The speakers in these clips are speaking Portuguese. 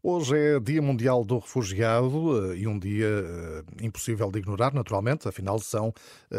Hoje é Dia Mundial do Refugiado e um dia impossível de ignorar, naturalmente, afinal são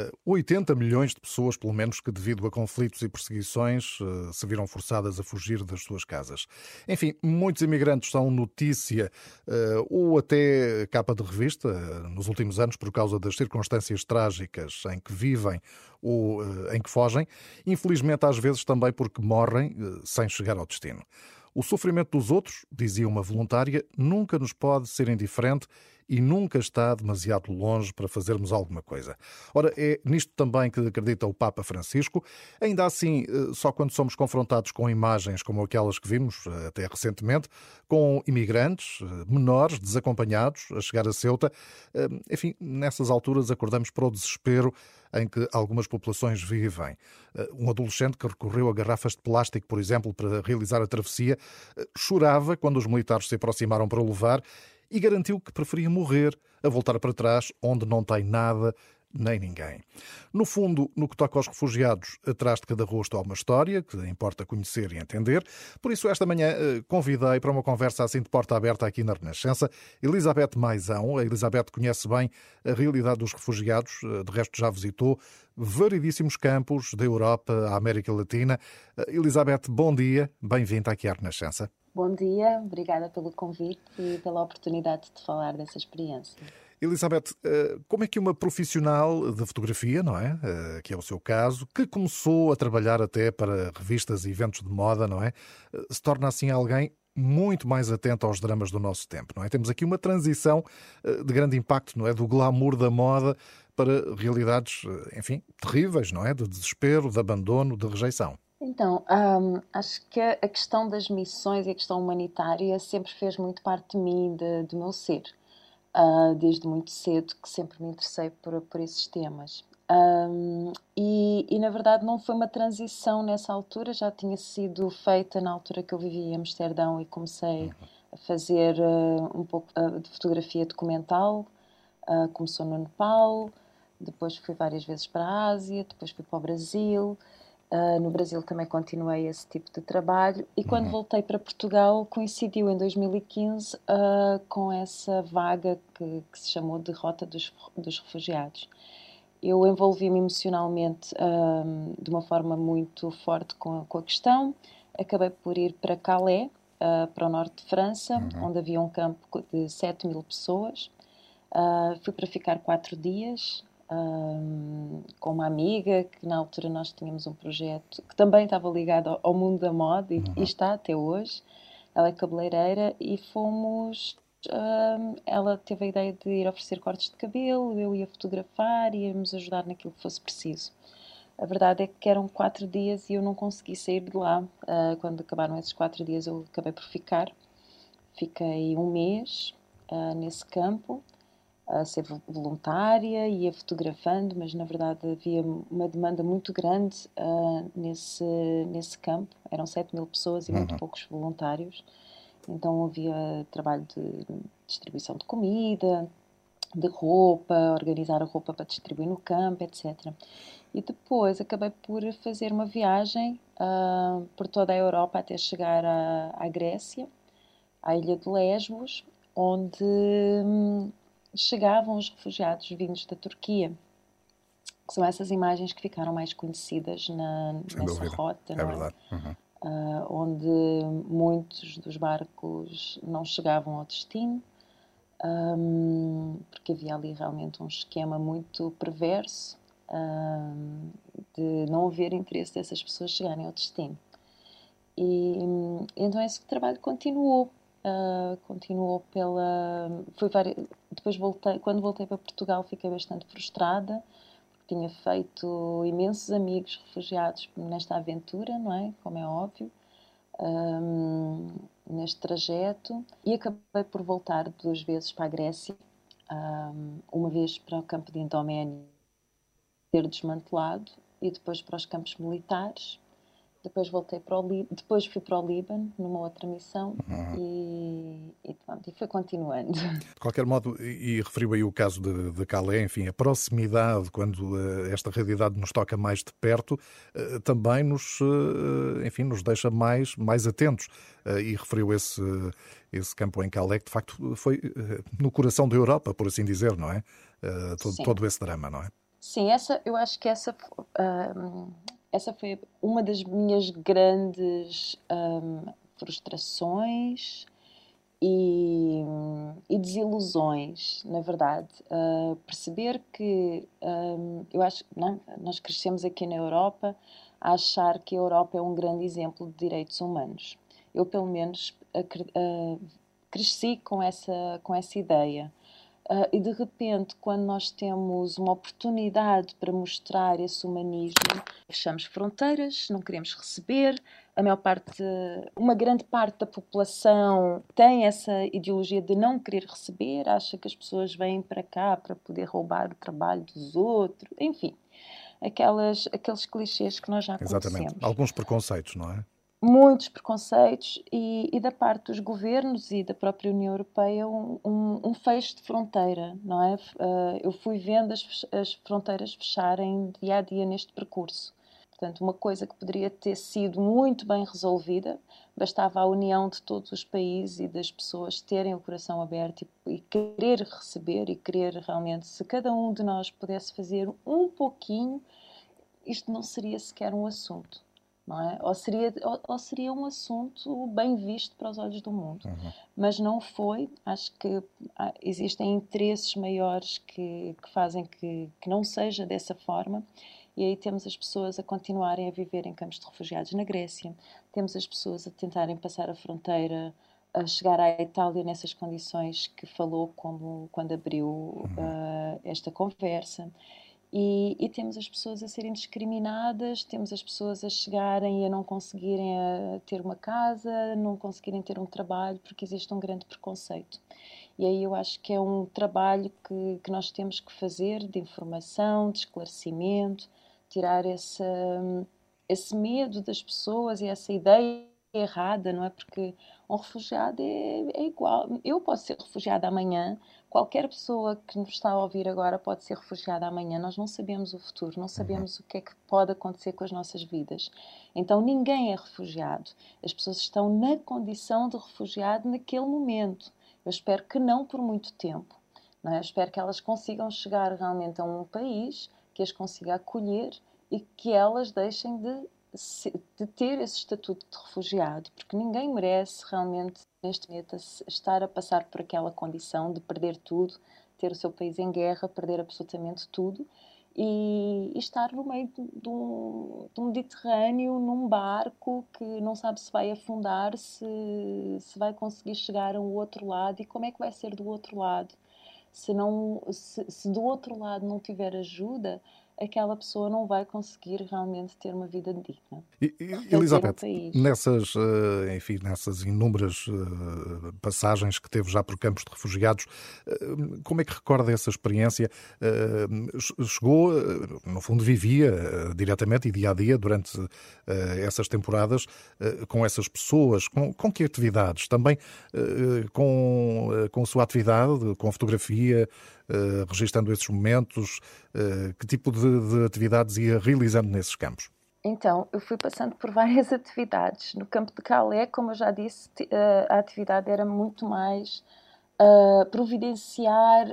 80 milhões de pessoas, pelo menos, que devido a conflitos e perseguições se viram forçadas a fugir das suas casas. Enfim, muitos imigrantes são notícia ou até capa de revista nos últimos anos por causa das circunstâncias trágicas em que vivem ou em que fogem, infelizmente às vezes também porque morrem sem chegar ao destino. O sofrimento dos outros, dizia uma voluntária, nunca nos pode ser indiferente e nunca está demasiado longe para fazermos alguma coisa. Ora, é nisto também que acredita o Papa Francisco. Ainda assim, só quando somos confrontados com imagens como aquelas que vimos até recentemente, com imigrantes, menores, desacompanhados, a chegar a Ceuta, enfim, nessas alturas acordamos para o desespero em que algumas populações vivem. Um adolescente que recorreu a garrafas de plástico, por exemplo, para realizar a travessia, chorava quando os militares se aproximaram para o levar e garantiu que preferia morrer a voltar para trás, onde não tem nada nem ninguém. No fundo, no que toca aos refugiados, atrás de cada rosto há uma história que importa conhecer e entender. Por isso, esta manhã convidei para uma conversa assim de porta aberta aqui na Renascença Elizabeth Maisão. A Elizabeth conhece bem a realidade dos refugiados, de resto já visitou variedíssimos campos da Europa à América Latina. Elizabeth, bom dia, bem-vinda aqui à Renascença. Bom dia, obrigada pelo convite e pela oportunidade de falar dessa experiência. Elizabeth, como é que uma profissional de fotografia, não é? Que é o seu caso, que começou a trabalhar até para revistas e eventos de moda, não é? Se torna assim alguém muito mais atento aos dramas do nosso tempo, não é? Temos aqui uma transição de grande impacto, não é? Do glamour da moda para realidades, enfim, terríveis, não é? De desespero, de abandono, de rejeição. Então, acho que a questão das missões e a questão humanitária sempre fez muito parte de mim, do meu ser. Desde muito cedo que sempre me interessei por esses temas. Na verdade não foi uma transição nessa altura, já tinha sido feita na altura que eu vivia em Amsterdão e comecei a fazer um pouco de fotografia documental. Começou no Nepal, depois fui várias vezes para a Ásia, depois fui para o Brasil. No Brasil também continuei esse tipo de trabalho e quando voltei para Portugal coincidiu em 2015 com essa vaga que se chamou de Rota dos Refugiados. Eu envolvi-me emocionalmente de uma forma muito forte com a questão. Acabei por ir para Calais, para o norte de França, onde havia um campo de 7.000 pessoas. Fui para ficar 4 dias. Com uma amiga que na altura nós tínhamos um projeto que também estava ligado ao mundo da moda e está até hoje. Ela é cabeleireira e fomos. Ela teve a ideia de ir oferecer cortes de cabelo, eu ia fotografar e íamos ajudar naquilo que fosse preciso. A verdade é que eram 4 dias e eu não consegui sair de lá. Quando acabaram esses 4 dias eu acabei por ficar. Fiquei um mês nesse campo a ser voluntária, ia fotografando, mas na verdade havia uma demanda muito grande nesse campo. Eram 7.000 pessoas e muito poucos voluntários. Então havia trabalho de distribuição de comida, de roupa, organizar a roupa para distribuir no campo, etc. E depois acabei por fazer uma viagem por toda a Europa até chegar à Grécia, à ilha de Lesbos, onde chegavam os refugiados vindos da Turquia, que são essas imagens que ficaram mais conhecidas nessa rota, não é? Verdade. Onde muitos dos barcos não chegavam ao destino, porque havia ali realmente um esquema muito perverso de não haver interesse dessas pessoas chegarem ao destino. E então esse trabalho continuou. Depois quando voltei para Portugal fiquei bastante frustrada porque tinha feito imensos amigos refugiados nesta aventura, não é? Como é óbvio, neste trajeto, e acabei por voltar 2 vezes para a Grécia, uma vez para o campo de Indoménio ter desmantelado e depois para os campos militares. Depois fui para o Líbano numa outra missão e pronto, e foi continuando. De qualquer modo, e referiu aí o caso de Calais, enfim, a proximidade, quando esta realidade nos toca mais de perto, também enfim, nos deixa mais atentos. E referiu esse campo em Calais, que de facto foi no coração da Europa, por assim dizer, não é? Sim. Todo esse drama, não é? Sim, eu acho que essa foi uma das minhas grandes frustrações e desilusões, na verdade. Perceber que eu acho que nós crescemos aqui na Europa a achar que a Europa é um grande exemplo de direitos humanos. Eu, pelo menos, cresci com essa ideia. E de repente, quando nós temos uma oportunidade para mostrar esse humanismo, fechamos fronteiras, não queremos receber. Uma grande parte da população tem essa ideologia de não querer receber, acha que as pessoas vêm para cá para poder roubar o trabalho dos outros, enfim, aqueles clichês que nós já Exatamente. conhecemos. Alguns preconceitos, não é? Muitos preconceitos e da parte dos governos e da própria União Europeia um fecho de fronteira, não é? Eu fui vendo as fronteiras fecharem dia a dia neste percurso. Portanto, uma coisa que poderia ter sido muito bem resolvida, bastava a união de todos os países e das pessoas terem o coração aberto e querer receber e querer realmente, se cada um de nós pudesse fazer um pouquinho, isto não seria sequer um assunto. Não é? Ou seria um assunto bem visto para os olhos do mundo. Uhum. Mas não foi. Acho que existem interesses maiores que fazem que não seja dessa forma. E aí temos as pessoas a continuarem a viver em campos de refugiados na Grécia, temos as pessoas a tentarem passar a fronteira, a chegar à Itália nessas condições que falou quando abriu esta conversa. E temos as pessoas a serem discriminadas, temos as pessoas a chegarem e a não conseguirem ter uma casa, não conseguirem ter um trabalho, porque existe um grande preconceito. E aí eu acho que é um trabalho que nós temos que fazer de informação, de esclarecimento, tirar esse medo das pessoas e essa ideia errada, não é? Porque um refugiado é igual. Eu posso ser refugiada amanhã, qualquer pessoa que nos está a ouvir agora pode ser refugiada amanhã. Nós não sabemos o futuro, não sabemos o que é que pode acontecer com as nossas vidas. Então ninguém é refugiado. As pessoas estão na condição de refugiado naquele momento. Eu espero que não por muito tempo. Não é? Eu espero que elas consigam chegar realmente a um país que as consiga acolher e que elas deixem de ter esse estatuto de refugiado, porque ninguém merece realmente neste planeta estar a passar por aquela condição de perder tudo, ter o seu país em guerra, perder absolutamente tudo e estar no meio do Mediterrâneo num barco que não sabe se vai afundar, se vai conseguir chegar a um outro lado e como é que vai ser do outro lado. Se do outro lado não tiver ajuda, aquela pessoa não vai conseguir realmente ter uma vida digna. Refazer um Elizabeth, país. enfim, nessas inúmeras passagens que teve já por campos de refugiados, como é que recorda essa experiência? Chegou, no fundo, vivia diretamente e dia a dia durante essas temporadas com essas pessoas, com que atividades? Também com a sua atividade, com a fotografia, registando esses momentos, que tipo de atividades ia realizando nesses campos? Então, eu fui passando por várias atividades. No campo de Calais, como eu já disse, a atividade era muito mais providenciar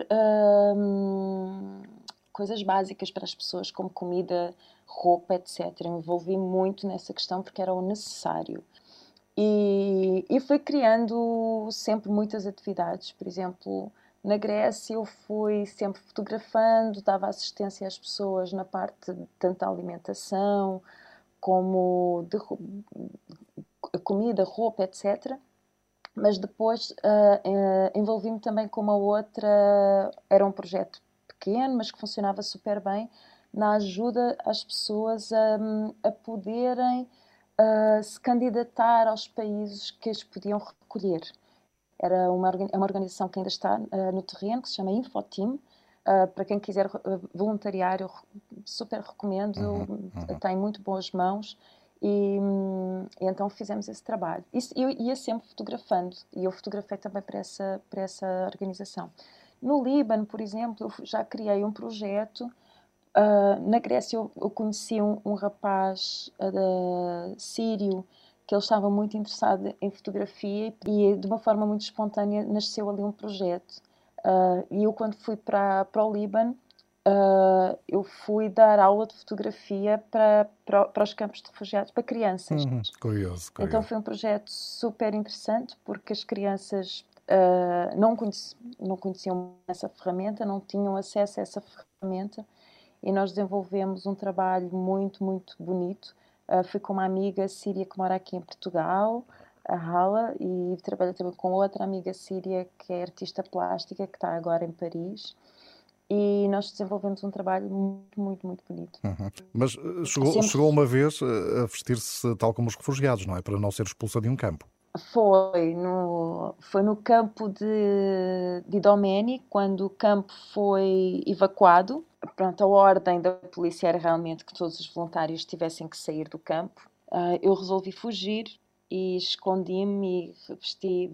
coisas básicas para as pessoas, como comida, roupa, etc. Eu envolvi muito nessa questão porque era o necessário. E fui criando sempre muitas atividades. Por exemplo, na Grécia eu fui sempre fotografando, dava assistência às pessoas na parte de tanta alimentação, como de comida, roupa, etc. Mas depois envolvi-me também com uma outra, era um projeto pequeno, mas que funcionava super bem, na ajuda às pessoas a poderem se candidatar aos países que as podiam recolher. É uma organização que ainda está no terreno, que se chama Infoteam. Para quem quiser voluntariar, eu super recomendo, tem muito boas mãos E então fizemos esse trabalho. Eu ia sempre fotografando, e eu fotografei também para essa organização. No Líbano, por exemplo, eu já criei um projeto. Na Grécia eu conheci um rapaz sírio, que ele estava muito interessado em fotografia, e de uma forma muito espontânea nasceu ali um projeto. E eu, quando fui para o Líbano, eu fui dar aula de fotografia para os campos de refugiados, para crianças. Curioso. Então foi um projeto super interessante, porque as crianças não conheciam essa ferramenta, não tinham acesso a essa ferramenta, e nós desenvolvemos um trabalho muito, muito bonito. Fui com uma amiga síria que mora aqui em Portugal, a Hala, e trabalho também com outra amiga síria que é artista plástica, que está agora em Paris. E nós desenvolvemos um trabalho muito, muito, muito bonito. Mas chegou uma vez a vestir-se tal como os refugiados, não é? Para não ser expulsa de um campo. Foi no campo de Idomeni, quando o campo foi evacuado. Pronto, a ordem da polícia era realmente que todos os voluntários tivessem que sair do campo. Eu resolvi fugir e escondi-me e vesti.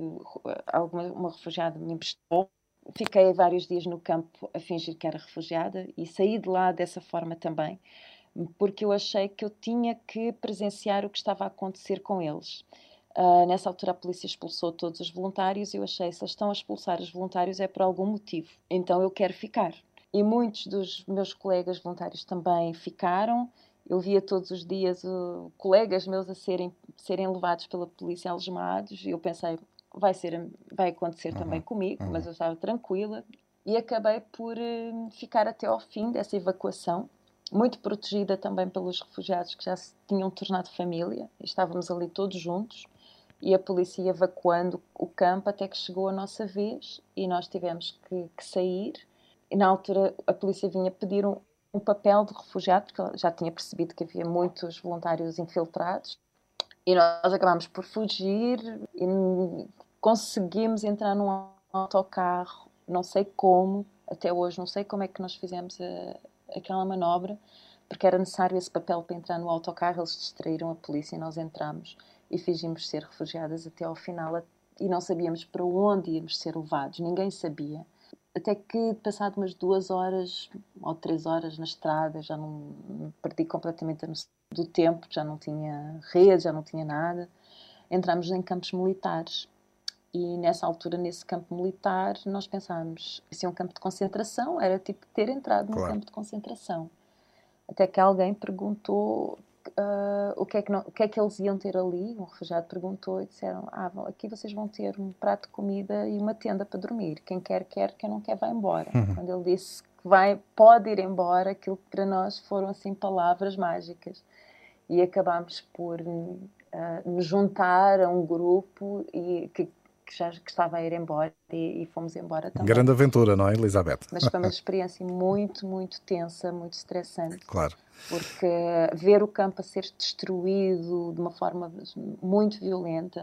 Uma refugiada me emprestou. Fiquei vários dias no campo a fingir que era refugiada e saí de lá dessa forma também, porque eu achei que eu tinha que presenciar o que estava a acontecer com eles. Nessa altura a polícia expulsou todos os voluntários e eu achei, se eles estão a expulsar os voluntários é por algum motivo, então eu quero ficar. E muitos dos meus colegas voluntários também ficaram. Eu via todos os dias colegas meus a serem levados pela polícia algemados e eu pensei, vai acontecer também comigo, mas eu estava tranquila e acabei por ficar até ao fim dessa evacuação, muito protegida também pelos refugiados que já se tinham tornado família. Estávamos ali todos juntos e a polícia ia evacuando o campo até que chegou a nossa vez e nós tivemos que sair. E na altura a polícia vinha pedir um papel de refugiado, porque já tinha percebido que havia muitos voluntários infiltrados. E nós acabámos por fugir e conseguimos entrar num autocarro, não sei como, até hoje não sei como é que nós fizemos aquela manobra, porque era necessário esse papel para entrar no autocarro. Eles distraíram a polícia e nós entramos e fingimos ser refugiadas até ao final e não sabíamos para onde íamos ser levados, ninguém sabia. Até que, passado umas 2 horas ou 3 horas na estrada, já não me perdi completamente a noção do tempo, já não tinha rede, já não tinha nada. Entramos em campos militares e nessa altura, nesse campo militar, nós pensámos que se é um campo de concentração, era tipo ter entrado num campo de concentração. Até que alguém perguntou o que é que eles iam ter ali. Um refugiado perguntou e disseram, aqui vocês vão ter um prato de comida e uma tenda para dormir. Quem quer, quem não quer, vai embora. Quando ele disse que pode ir embora, aquilo que para nós foram assim palavras mágicas. E acabámos por nos juntar a um grupo que estava a ir embora e fomos embora também. Grande aventura, não é, Elizabeth? Mas foi uma experiência muito, muito tensa, muito estressante. Claro. Porque ver o campo a ser destruído de uma forma muito violenta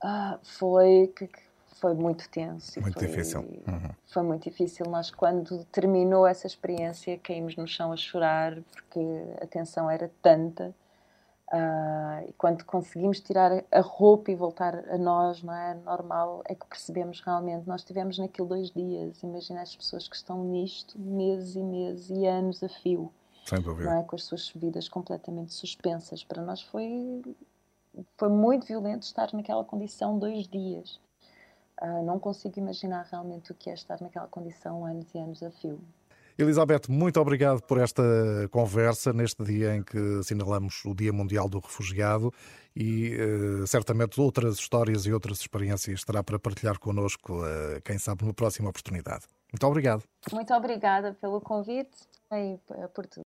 foi muito tenso. Muito difícil. Foi muito difícil. Nós, quando terminou essa experiência, caímos no chão a chorar, porque a tensão era tanta. E quando conseguimos tirar a roupa e voltar a nós, não é, normal, é que percebemos realmente. Nós estivemos naquilo 2 dias. Imagina as pessoas que estão nisto meses e meses e anos a fio. Sem dúvida. Não é? Com as suas vidas completamente suspensas. Para nós foi muito violento estar naquela condição 2 dias. Não consigo imaginar realmente o que é estar naquela condição anos e anos a fio. Elizabeth, muito obrigado por esta conversa neste dia em que assinalamos o Dia Mundial do Refugiado e certamente outras histórias e outras experiências terá para partilhar connosco, quem sabe, numa próxima oportunidade. Muito obrigado. Muito obrigada pelo convite e por tudo.